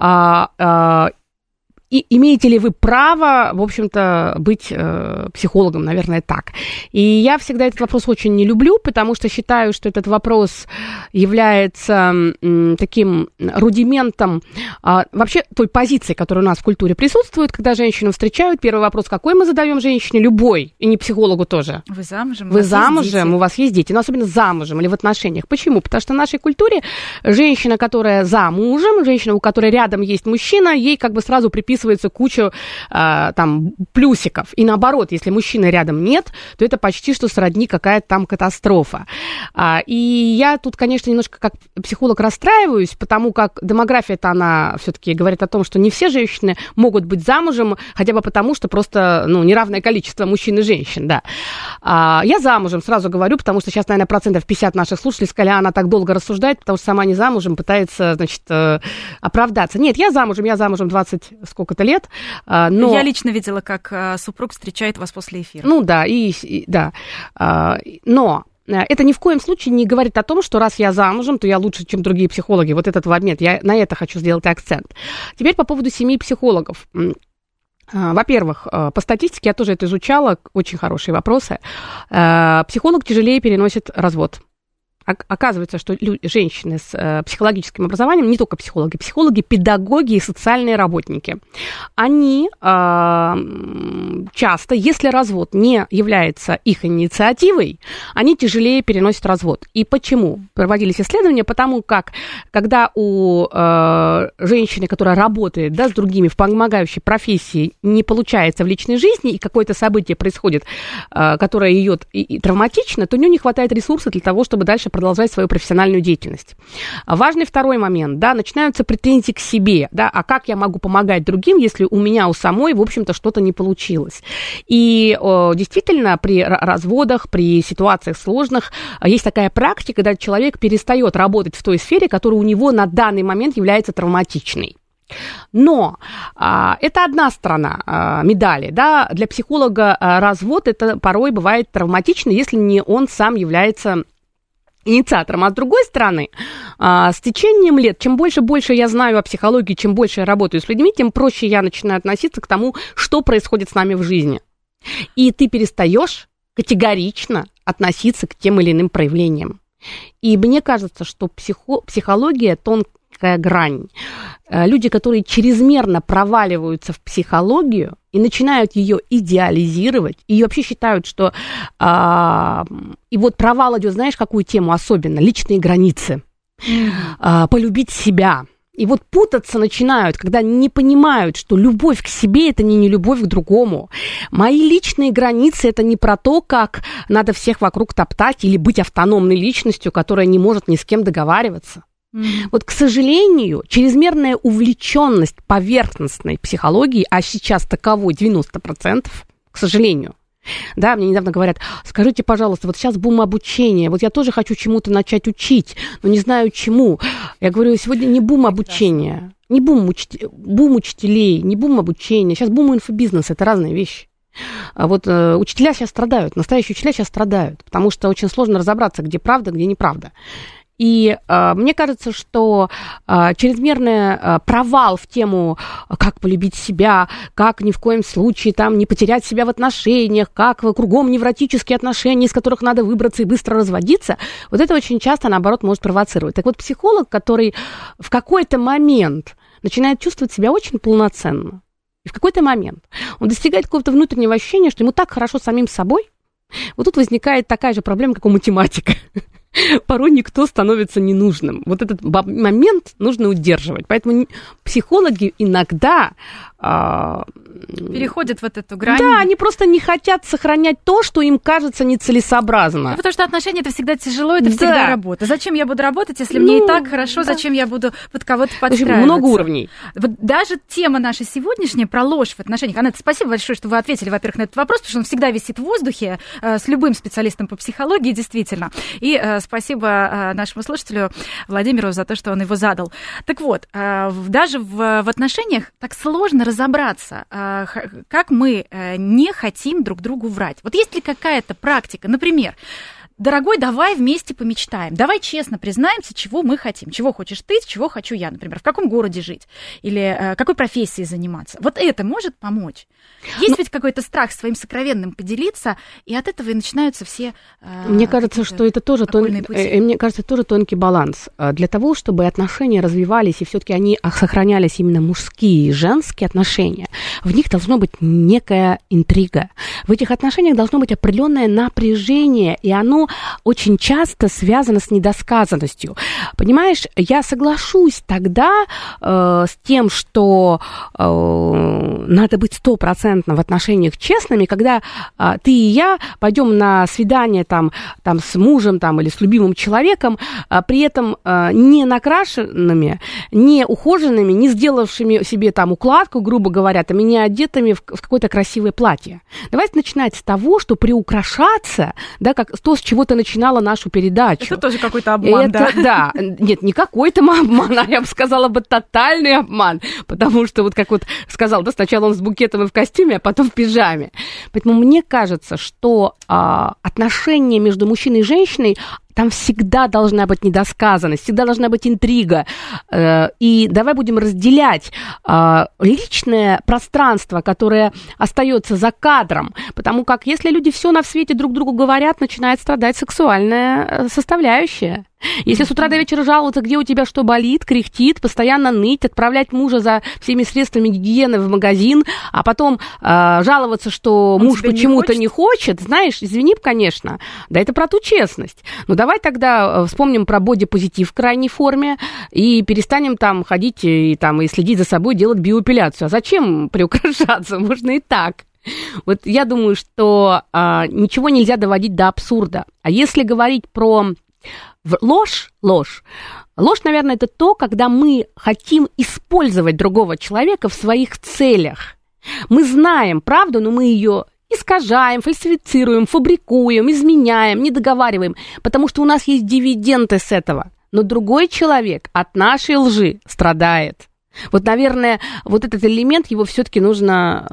и имеете ли вы право, в общем-то, быть психологом, наверное, так. И я всегда этот вопрос очень не люблю, потому что считаю, что этот вопрос является таким рудиментом вообще той позиции, которая у нас в культуре присутствует, когда женщину встречают. Первый вопрос, какой мы задаем женщине? Любой, и не психологу тоже. Вы замужем? Вы замужем, у вас есть дети, но особенно замужем или в отношениях. Почему? Потому что в нашей культуре женщина, которая замужем, женщина, у которой рядом есть мужчина, ей как бы сразу приписывается кучу там плюсиков. И наоборот, если мужчины рядом нет, то это почти что сродни какая-то там катастрофа. И я тут, конечно, немножко как психолог расстраиваюсь, потому как демография-то она все-таки говорит о том, что не все женщины могут быть замужем, хотя бы потому, что просто неравное количество мужчин и женщин, да. Я замужем, сразу говорю, потому что сейчас, наверное, 50% наших слушателей сказали, она так долго рассуждает, потому что сама не замужем, пытается, значит, оправдаться. Нет, я замужем 20 сколько-то лет, но... Я лично видела, как супруг встречает вас после эфира. Ну да, да. Но это ни в коем случае не говорит о том, что раз я замужем, то я лучше, чем другие психологи. Вот этот момент, я на это хочу сделать акцент. Теперь по поводу семей психологов. Во-первых, по статистике я тоже это изучала, очень хорошие вопросы. Психолог тяжелее переносит развод. Оказывается, что женщины с психологическим образованием, не только психологи, педагоги и социальные работники, они часто, если развод не является их инициативой, они тяжелее переносят развод. И почему? Проводились исследования, потому как, когда у женщины, которая работает, да, с другими в помогающей профессии, не получается в личной жизни, и какое-то событие происходит, которое ее травматично, то у нее не хватает ресурсов для того, чтобы дальше продолжать свою профессиональную деятельность. Важный второй момент, да, начинаются претензии к себе, да, а как я могу помогать другим, если у меня у самой, в общем-то, что-то не получилось. И действительно, при разводах, при ситуациях сложных есть такая практика, когда человек перестает работать в той сфере, которая у него на данный момент является травматичной. Но это одна сторона медали, да, для психолога развод это порой бывает травматично, если не он сам является инициатором. А с другой стороны, с течением лет, чем больше я знаю о психологии, чем больше я работаю с людьми, тем проще я начинаю относиться к тому, что происходит с нами в жизни. И ты перестаешь категорично относиться к тем или иным проявлениям. И мне кажется, что психология тонкая грань. Люди, которые чрезмерно проваливаются в психологию и начинают ее идеализировать, и вообще считают, что... и вот провал идет, знаешь, какую тему особенно? Личные границы. Полюбить себя. И вот путаться начинают, когда не понимают, что любовь к себе – это не любовь к другому. Мои личные границы – это не про то, как надо всех вокруг топтать или быть автономной личностью, которая не может ни с кем договариваться. Вот, к сожалению, чрезмерная увлеченность поверхностной психологией, а сейчас таковой 90%, к сожалению. Да, мне недавно говорят, скажите, пожалуйста, вот сейчас бум обучения, вот я тоже хочу чему-то начать учить, но не знаю чему. Я говорю, сегодня не бум обучения, не бум учителей, не бум обучения, сейчас бум инфобизнеса, это разные вещи. А вот учителя сейчас страдают, настоящие учителя сейчас страдают, потому что очень сложно разобраться, где правда, где неправда. И мне кажется, что чрезмерный провал в тему, как полюбить себя, как ни в коем случае там, не потерять себя в отношениях, как кругом невротические отношения, из которых надо выбраться и быстро разводиться, вот это очень часто, наоборот, может провоцировать. Так вот, психолог, который в какой-то момент начинает чувствовать себя очень полноценно, и в какой-то момент он достигает какого-то внутреннего ощущения, что ему так хорошо самим собой, вот тут возникает такая же проблема, как у математика. Порой никто становится ненужным. Вот этот момент нужно удерживать. Поэтому психологи иногда... переходят вот эту грань. Да, они просто не хотят сохранять то, что им кажется нецелесообразно. Ну, потому что отношения это всегда тяжело, это всегда работа. Зачем я буду работать, если мне и так хорошо, зачем я буду под кого-то подстраиваться? Много уровней. Вот даже тема наша сегодняшняя про ложь в отношениях. Анетта, спасибо большое, что вы ответили, во-первых, на этот вопрос, потому что он всегда висит в воздухе с любым специалистом по психологии, действительно. И спасибо нашему слушателю Владимиру за то, что он его задал. Так вот, даже в отношениях так сложно разобраться, как мы не хотим друг другу врать. Вот есть ли какая-то практика, например, дорогой, давай вместе помечтаем, давай честно признаемся, чего мы хотим, чего хочешь ты, чего хочу я, например, в каком городе жить или какой профессией заниматься. Вот это может помочь. Есть ведь какой-то страх своим сокровенным поделиться, и от этого и начинаются все... Мне кажется, что это тоже тонкий баланс. Для того, чтобы отношения развивались, и все-таки они сохранялись именно мужские и женские отношения, в них должно быть некая интрига. В этих отношениях должно быть определенное напряжение, и оно очень часто связано с недосказанностью. Понимаешь, я соглашусь тогда с тем, что надо быть 100% в отношениях честными, когда ты и я пойдем на свидание там с мужем или с любимым человеком, при этом не накрашенными, не ухоженными, не сделавшими себе укладку, грубо говоря, не одетыми в какое-то красивое платье. Давайте начинать с того, что приукрашаться, да, как то, с чего ты начинала нашу передачу. Это тоже какой-то обман, да. Нет, не какой-то обман, а я бы сказала тотальный обман, потому что, как сказал, да, сначала он с букетом и в костюме, а потом в пижаме. Поэтому мне кажется, что отношения между мужчиной и женщиной, там всегда должна быть недосказанность, всегда должна быть интрига. И давай будем разделять личное пространство, которое остается за кадром, потому как если люди все на свете друг другу говорят, начинает страдать сексуальная составляющая. Если с утра до вечера жаловаться, где у тебя что болит, кряхтит, постоянно ныть, отправлять мужа за всеми средствами гигиены в магазин, а потом жаловаться, что муж почему-то не хочет, знаешь, извини, конечно, да это про ту честность. Но давай тогда вспомним про бодипозитив в крайней форме и перестанем ходить и следить за собой, делать биоэпиляцию. А зачем приукрашаться? Можно и так. Вот я думаю, что ничего нельзя доводить до абсурда. А если говорить про Ложь, наверное, это то, когда мы хотим использовать другого человека в своих целях. Мы знаем правду, но мы ее искажаем, фальсифицируем, фабрикуем, изменяем, не договариваем, потому что у нас есть дивиденды с этого. Но другой человек от нашей лжи страдает. Вот, наверное, вот этот элемент, его все-таки нужно,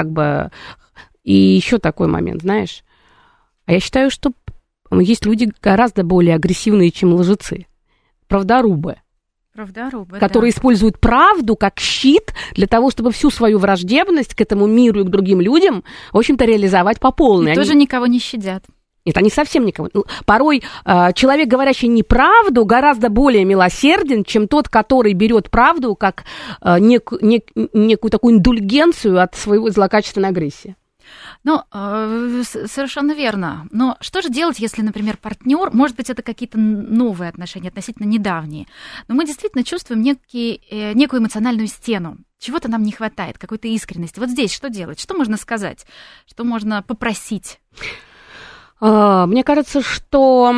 И еще такой момент, знаешь. А я считаю, что есть люди гораздо более агрессивные, чем лжецы. Правдорубы, которые используют правду как щит для того, чтобы всю свою враждебность к этому миру и к другим людям, в общем-то, реализовать по полной. И тоже никого не щадят. Это они совсем никого. Порой человек, говорящий неправду, гораздо более милосерден, чем тот, который берет правду как некую такую индульгенцию от своего злокачественной агрессии. Ну, совершенно верно. Но что же делать, если, например, партнер, может быть, это какие-то новые отношения, относительно недавние, но мы действительно чувствуем некую эмоциональную стену. Чего-то нам не хватает, какой-то искренности. Вот здесь что делать? Что можно сказать? Что можно попросить? Мне кажется, что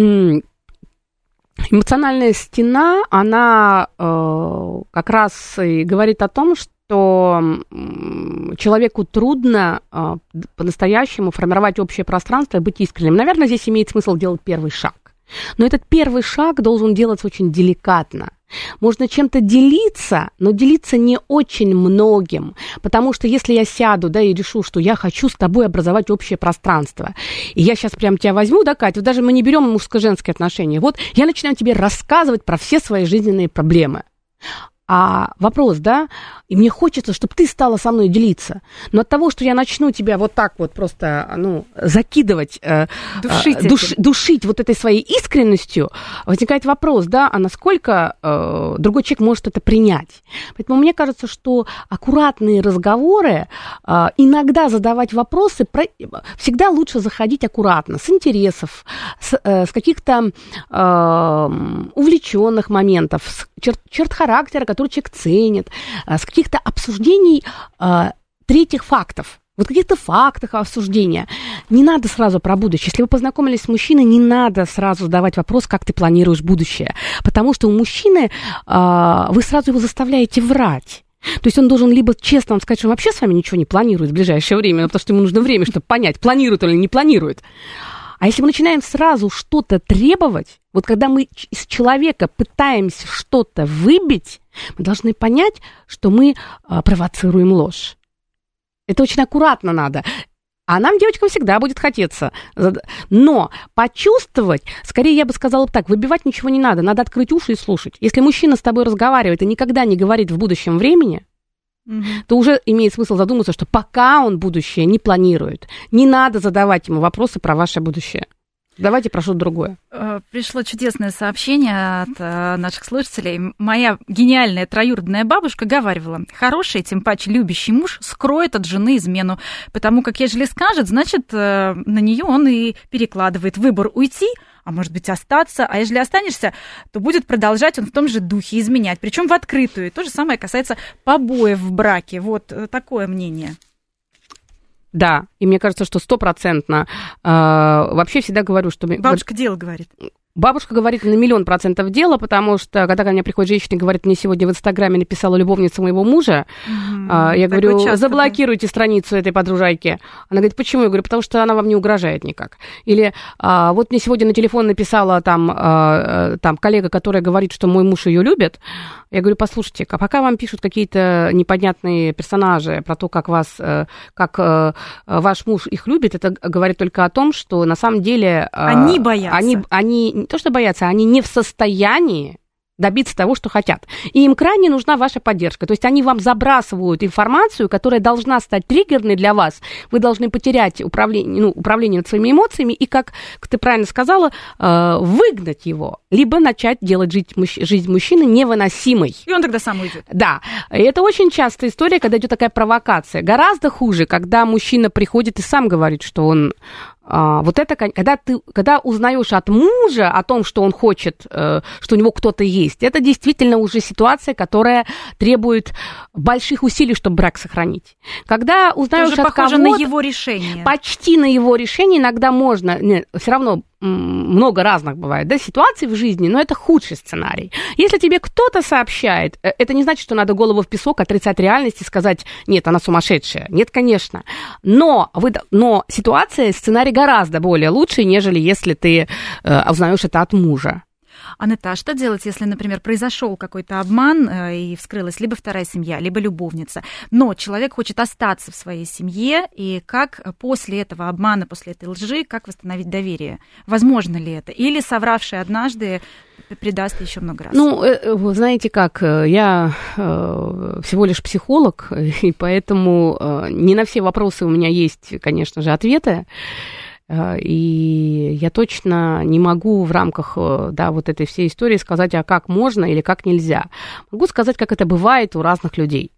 эмоциональная стена, она как раз и говорит о том, что человеку трудно по-настоящему формировать общее пространство и быть искренним. Наверное, здесь имеет смысл делать первый шаг. Но этот первый шаг должен делаться очень деликатно. Можно чем-то делиться, но делиться не очень многим, потому что если я сяду, и решу, что я хочу с тобой образовать общее пространство, и я сейчас прям тебя возьму, Кать, вот даже мы не берем мужско-женские отношения, вот я начинаю тебе рассказывать про все свои жизненные проблемы. А вопрос, и мне хочется, чтобы ты стала со мной делиться. Но от того, что я начну тебя вот так вот просто, закидывать, душить вот этой своей искренностью, возникает вопрос, а насколько другой человек может это принять. Поэтому мне кажется, что аккуратные разговоры, иногда задавать вопросы, всегда лучше заходить аккуратно, с интересов, с каких-то увлеченных моментов, с черт характера, который человек ценит, с каких-то обсуждений третьих фактов. Вот каких-то фактах обсуждения. Не надо сразу про будущее. Если вы познакомились с мужчиной, не надо сразу задавать вопрос, как ты планируешь будущее. Потому что у мужчины вы сразу его заставляете врать. То есть он должен либо честно вам сказать, что он вообще с вами ничего не планирует в ближайшее время, потому что ему нужно время, чтобы понять, планирует он или не планирует. А если мы начинаем сразу что-то требовать, вот когда мы из человека пытаемся что-то выбить, мы должны понять, что мы провоцируем ложь. Это очень аккуратно надо. А нам, девочкам, всегда будет хотеться. Но почувствовать, скорее я бы сказала так, выбивать ничего не надо, надо открыть уши и слушать. Если мужчина с тобой разговаривает и никогда не говорит в будущем времени, то уже имеет смысл задуматься, что пока он будущее не планирует, не надо задавать ему вопросы про ваше будущее. Давайте про что-то другое. Пришло чудесное сообщение от наших слушателей. Моя гениальная троюродная бабушка говаривала: хороший, тем паче любящий муж скроет от жены измену, потому как ежели скажет, значит, на нее он и перекладывает выбор уйти, а может быть остаться, а если останешься, то будет продолжать он в том же духе изменять, причем в открытую. То же самое касается побоев в браке. Вот такое мнение. Да, и мне кажется, что 100%. Вообще всегда говорю, что... Бабушка дело говорит. Бабушка говорит на 1000000% дело, потому что, когда ко мне приходит женщина и говорит, мне сегодня в Инстаграме написала любовница моего мужа, я говорю, заблокируйте страницу этой подружайки. Она говорит, почему? Я говорю, потому что она вам не угрожает никак. Или вот мне сегодня на телефон написала там коллега, которая говорит, что мой муж ее любит. Я говорю, послушайте, а пока вам пишут какие-то непонятные персонажи про то, как ваш муж их любит, это говорит только о том, что на самом деле... Они боятся. Они не то что боятся, они не в состоянии добиться того, что хотят. И им крайне нужна ваша поддержка. То есть они вам забрасывают информацию, которая должна стать триггерной для вас. Вы должны потерять управление над своими эмоциями и, как ты правильно сказала, выгнать его. Либо начать делать жизнь мужчины невыносимой. И он тогда сам уйдет. Да. И это очень частая история, когда идет такая провокация. Гораздо хуже, когда мужчина приходит и сам говорит, что он... Вот это, когда узнаешь от мужа о том, что он хочет, что у него кто-то есть, это действительно уже ситуация, которая требует больших усилий, чтобы брак сохранить. Когда узнаешь от кого-то... похоже на его решение. Почти на его решение, иногда можно... Все равно много разных бывает, да, ситуаций в жизни, но это худший сценарий. Если тебе кто-то сообщает, это не значит, что надо голову в песок, отрицать реальность и сказать, нет, она сумасшедшая. Нет, конечно. Но ситуация, сценарий гораздо более лучший, нежели если ты узнаешь это от мужа. Анетта, а что делать, если, например, произошел какой-то обман и вскрылась либо вторая семья, либо любовница, но человек хочет остаться в своей семье, и как после этого обмана, после этой лжи, как восстановить доверие? Возможно ли это? Или совравший однажды предаст еще много раз? Ну, вы знаете как, я всего лишь психолог, и поэтому не на все вопросы у меня есть, конечно же, ответы. И я точно не могу в рамках, да, вот этой всей истории сказать, а как можно или как нельзя. Могу сказать, как это бывает у разных людей.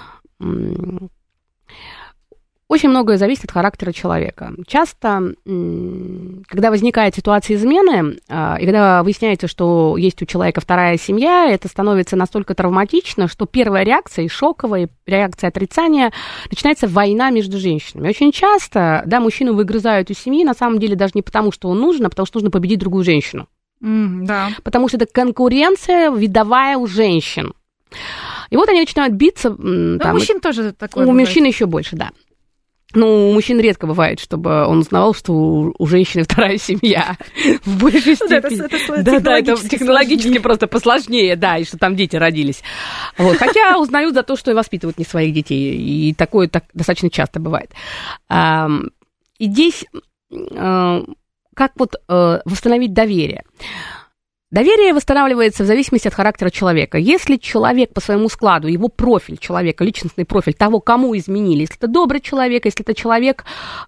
Очень многое зависит от характера человека. Часто, когда возникает ситуация измены, и когда выясняется, что есть у человека вторая семья, это становится настолько травматично, что первая реакция, и шоковая реакция отрицания, начинается война между женщинами. Очень часто, да, мужчину выгрызают из семьи, на самом деле даже не потому, что он нужен, а потому что нужно победить другую женщину. Да. Потому что это конкуренция видовая у женщин. И вот они начинают биться. У мужчин тоже такое У бывает. мужчин еще больше, да. Ну, у мужчин редко бывает, чтобы он узнавал, что у женщины вторая семья. В большей степени. Да, это технологически просто посложнее, да, и что там дети родились. Вот. Хотя узнают за то, что и воспитывают не своих детей. И такое достаточно часто бывает. И здесь как вот восстановить доверие? Доверие восстанавливается в зависимости от характера человека. Если человек по своему складу, его профиль человека, личностный профиль того, кому изменили, если это добрый человек, если это человек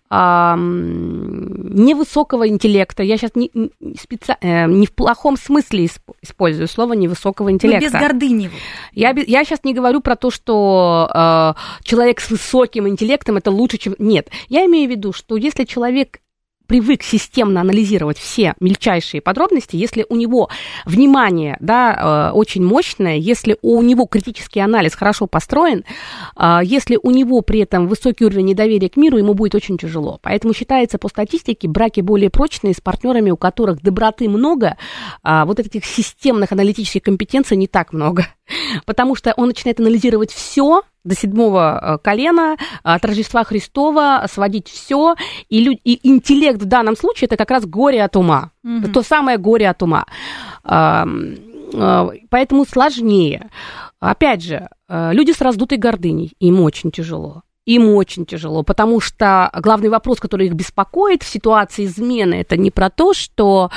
невысокого интеллекта, я сейчас не в плохом смысле использую слово невысокого интеллекта. Но без гордыни. Я сейчас не говорю про то, что человек с высоким интеллектом это лучше, чем... Нет, я имею в виду, что если человек привык системно анализировать все мельчайшие подробности, если у него внимание, да, очень мощное, если у него критический анализ хорошо построен, если у него при этом высокий уровень недоверия к миру, ему будет очень тяжело. Поэтому считается по статистике, браки более прочные с партнерами, у которых доброты много, вот этих системных аналитических компетенций не так много. Потому что он начинает анализировать все до седьмого колена, от Рождества Христова, сводить все, и интеллект в данном случае это как раз горе от ума, это то самое горе от ума. Поэтому сложнее. Опять же, люди с раздутой гордыней, им очень тяжело. Им очень тяжело, потому что главный вопрос, который их беспокоит в ситуации измены, это не про то, что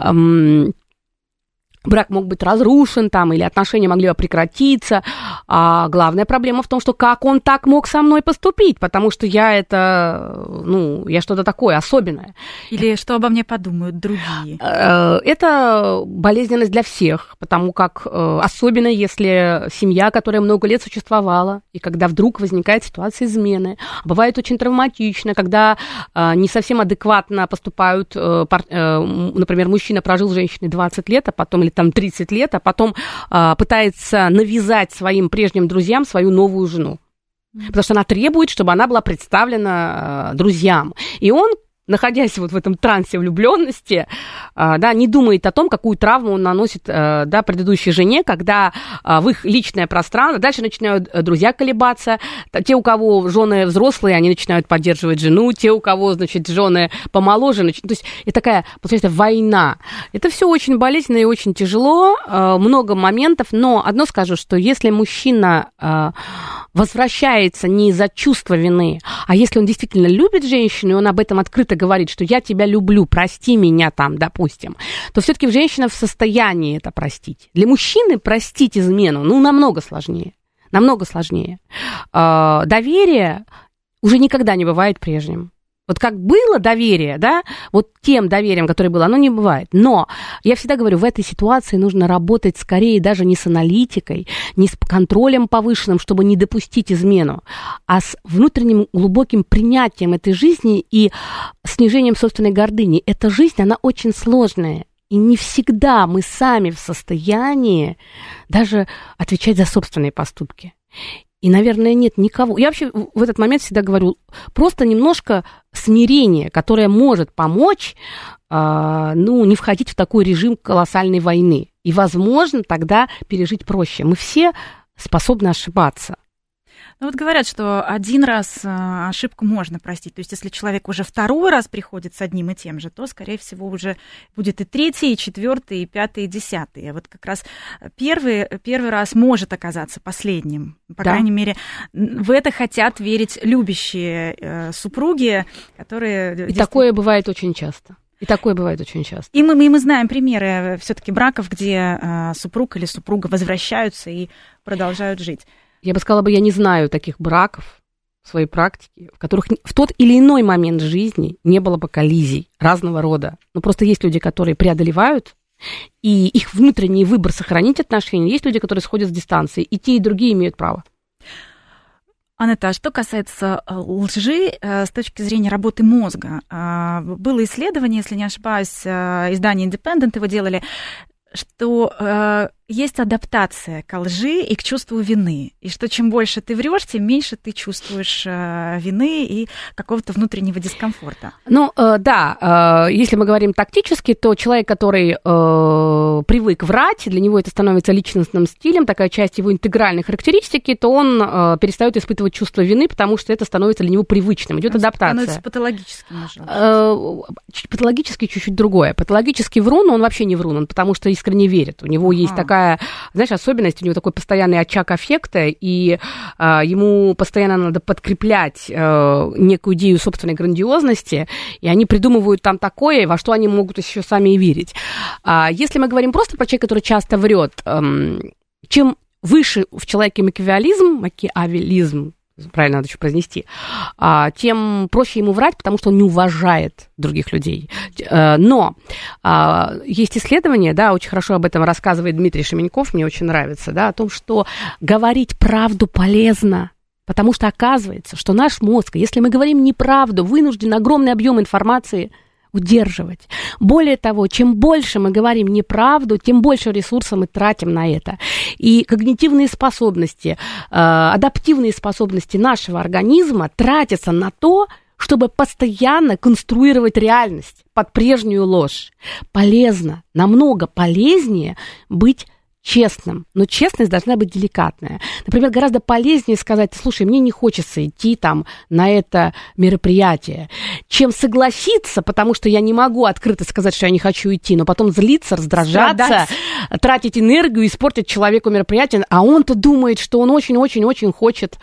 брак мог быть разрушен там, или отношения могли бы прекратиться. А главная проблема в том, что как он так мог со мной поступить, потому что я что-то такое особенное. Или что обо мне подумают другие. Это болезненность для всех, потому как особенно если семья, которая много лет существовала, и когда вдруг возникает ситуация измены, бывает очень травматично, когда не совсем адекватно поступают, например, мужчина прожил с женщиной 20 лет, а потом или там 30 лет, а потом пытается навязать своим прежним друзьям свою новую жену. Потому что она требует, чтобы она была представлена друзьям. И он, находясь вот в этом трансе влюбленности, да, не думает о том, какую травму он наносит предыдущей жене, когда в их личное пространство, дальше начинают друзья колебаться, те, у кого жены взрослые, они начинают поддерживать жену, те, у кого, значит, жены помоложе, то есть это такая, получается, война. Это все очень болезненно и очень тяжело, много моментов, но одно скажу, что если мужчина возвращается не из-за чувства вины, а если он действительно любит женщину, и он об этом открыто говорит, что я тебя люблю, прости меня там, допустим, то все-таки женщина в состоянии это простить. Для мужчины простить измену, намного сложнее. Намного сложнее. Доверие уже никогда не бывает прежним. Вот как было доверие, да, вот тем доверием, которое было, оно не бывает. Но я всегда говорю, в этой ситуации нужно работать скорее даже не с аналитикой, не с контролем повышенным, чтобы не допустить измену, а с внутренним глубоким принятием этой жизни и снижением собственной гордыни. Эта жизнь, она очень сложная. И не всегда мы сами в состоянии даже отвечать за собственные поступки. И, наверное, нет никого. Я вообще в этот момент всегда говорю, просто немножко смирения, которое может помочь, не входить в такой режим колоссальной войны. И, возможно, тогда пережить проще. Мы все способны ошибаться. Ну вот говорят, что один раз ошибку можно простить. То есть если человек уже второй раз приходит с одним и тем же, то, скорее всего, уже будет и третий, и четвертый, и пятый, и десятый. А вот как раз первый раз может оказаться последним. По крайней мере, в это хотят верить любящие супруги, которые... И такое бывает очень часто. И мы знаем примеры все-таки браков, где супруг или супруга возвращаются и продолжают жить. Я бы сказала, я не знаю таких браков в своей практике, в которых в тот или иной момент жизни не было бы коллизий разного рода. Но просто есть люди, которые преодолевают, и их внутренний выбор сохранить отношения. Есть люди, которые сходят с дистанции, и те, и другие имеют право. Анетта, а что касается лжи с точки зрения работы мозга? Было исследование, если не ошибаюсь, издание Independent его делали, что есть адаптация к лжи и к чувству вины. И что чем больше ты врешь, тем меньше ты чувствуешь вины и какого-то внутреннего дискомфорта. Если мы говорим тактически, то человек, который привык врать, для него это становится личностным стилем, такая часть его интегральной характеристики, то он перестает испытывать чувство вины, потому что это становится для него привычным. Идет адаптация. Становится патологическим. Патологически чуть-чуть другое. Патологический врун, он вообще не врун, он потому что искренне верит. У него есть такая, особенность, у него такой постоянный очаг аффекта, и ему постоянно надо подкреплять некую идею собственной грандиозности, и они придумывают там такое, во что они могут еще сами и верить. Если мы говорим просто про человека, который часто врет, чем выше в человеке макиавелизм, правильно надо еще произнести, тем проще ему врать, потому что он не уважает других людей. Но есть исследование, очень хорошо об этом рассказывает Дмитрий Шеменьков, мне очень нравится, о том, что говорить правду полезно, потому что оказывается, что наш мозг, если мы говорим неправду, вынужден огромный объем информации удерживать. Более того, чем больше мы говорим неправду, тем больше ресурсов мы тратим на это. И когнитивные способности, адаптивные способности нашего организма тратятся на то, чтобы постоянно конструировать реальность под прежнюю ложь. Полезно, намного полезнее быть честным, но честность должна быть деликатная. Например, гораздо полезнее сказать: слушай, мне не хочется идти на это мероприятие, чем согласиться, потому что я не могу открыто сказать, что я не хочу идти, но потом злиться, раздражаться, тратить энергию, испортить человеку мероприятие, а он-то думает, что он очень-очень-очень хочет,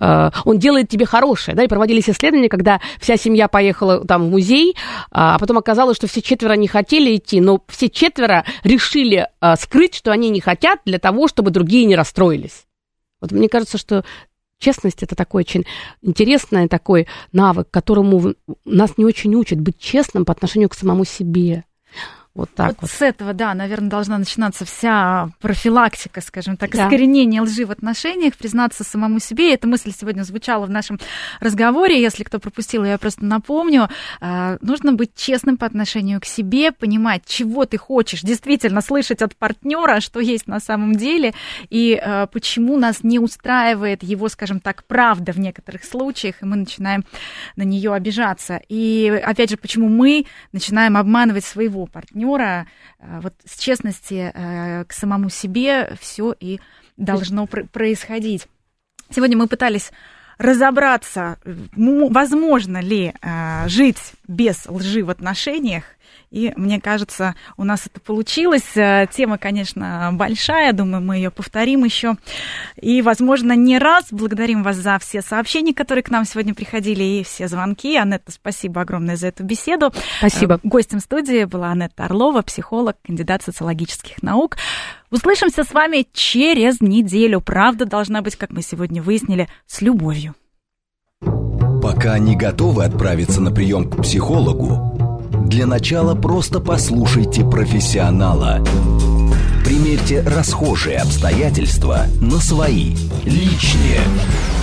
он делает тебе хорошее. И проводились исследования, когда вся семья поехала в музей, а потом оказалось, что все четверо не хотели идти, но все четверо решили скрыть, что они не хотят, для того, чтобы другие не расстроились. Вот мне кажется, что честность – это такой очень интересный такой навык, которому нас не очень учат, быть честным по отношению к самому себе. Вот так вот. С этого, наверное, должна начинаться вся профилактика, скажем так, искоренение лжи в отношениях, признаться самому себе. И эта мысль сегодня звучала в нашем разговоре. Если кто пропустил, я просто напомню. Нужно быть честным по отношению к себе, понимать, чего ты хочешь, действительно слышать от партнера, что есть на самом деле, и почему нас не устраивает его, скажем так, правда в некоторых случаях, и мы начинаем на нее обижаться. И, опять же, почему мы начинаем обманывать своего партнера. Вот с честности к самому себе все и должно происходить. Сегодня мы пытались разобраться, возможно ли жить без лжи в отношениях. И мне кажется, у нас это получилось. Тема, конечно, большая. Думаю, мы ее повторим еще. И, возможно, не раз. Благодарим вас за все сообщения, которые к нам сегодня приходили, и все звонки. Анетта, спасибо огромное за эту беседу. Спасибо. Гостем студии была Анетта Орлова, психолог, кандидат социологических наук. Услышимся с вами через неделю. Правда должна быть, как мы сегодня выяснили, с любовью. Пока не готовы отправиться на прием к психологу, для начала просто послушайте профессионала. Примерьте расхожие обстоятельства на свои, личные.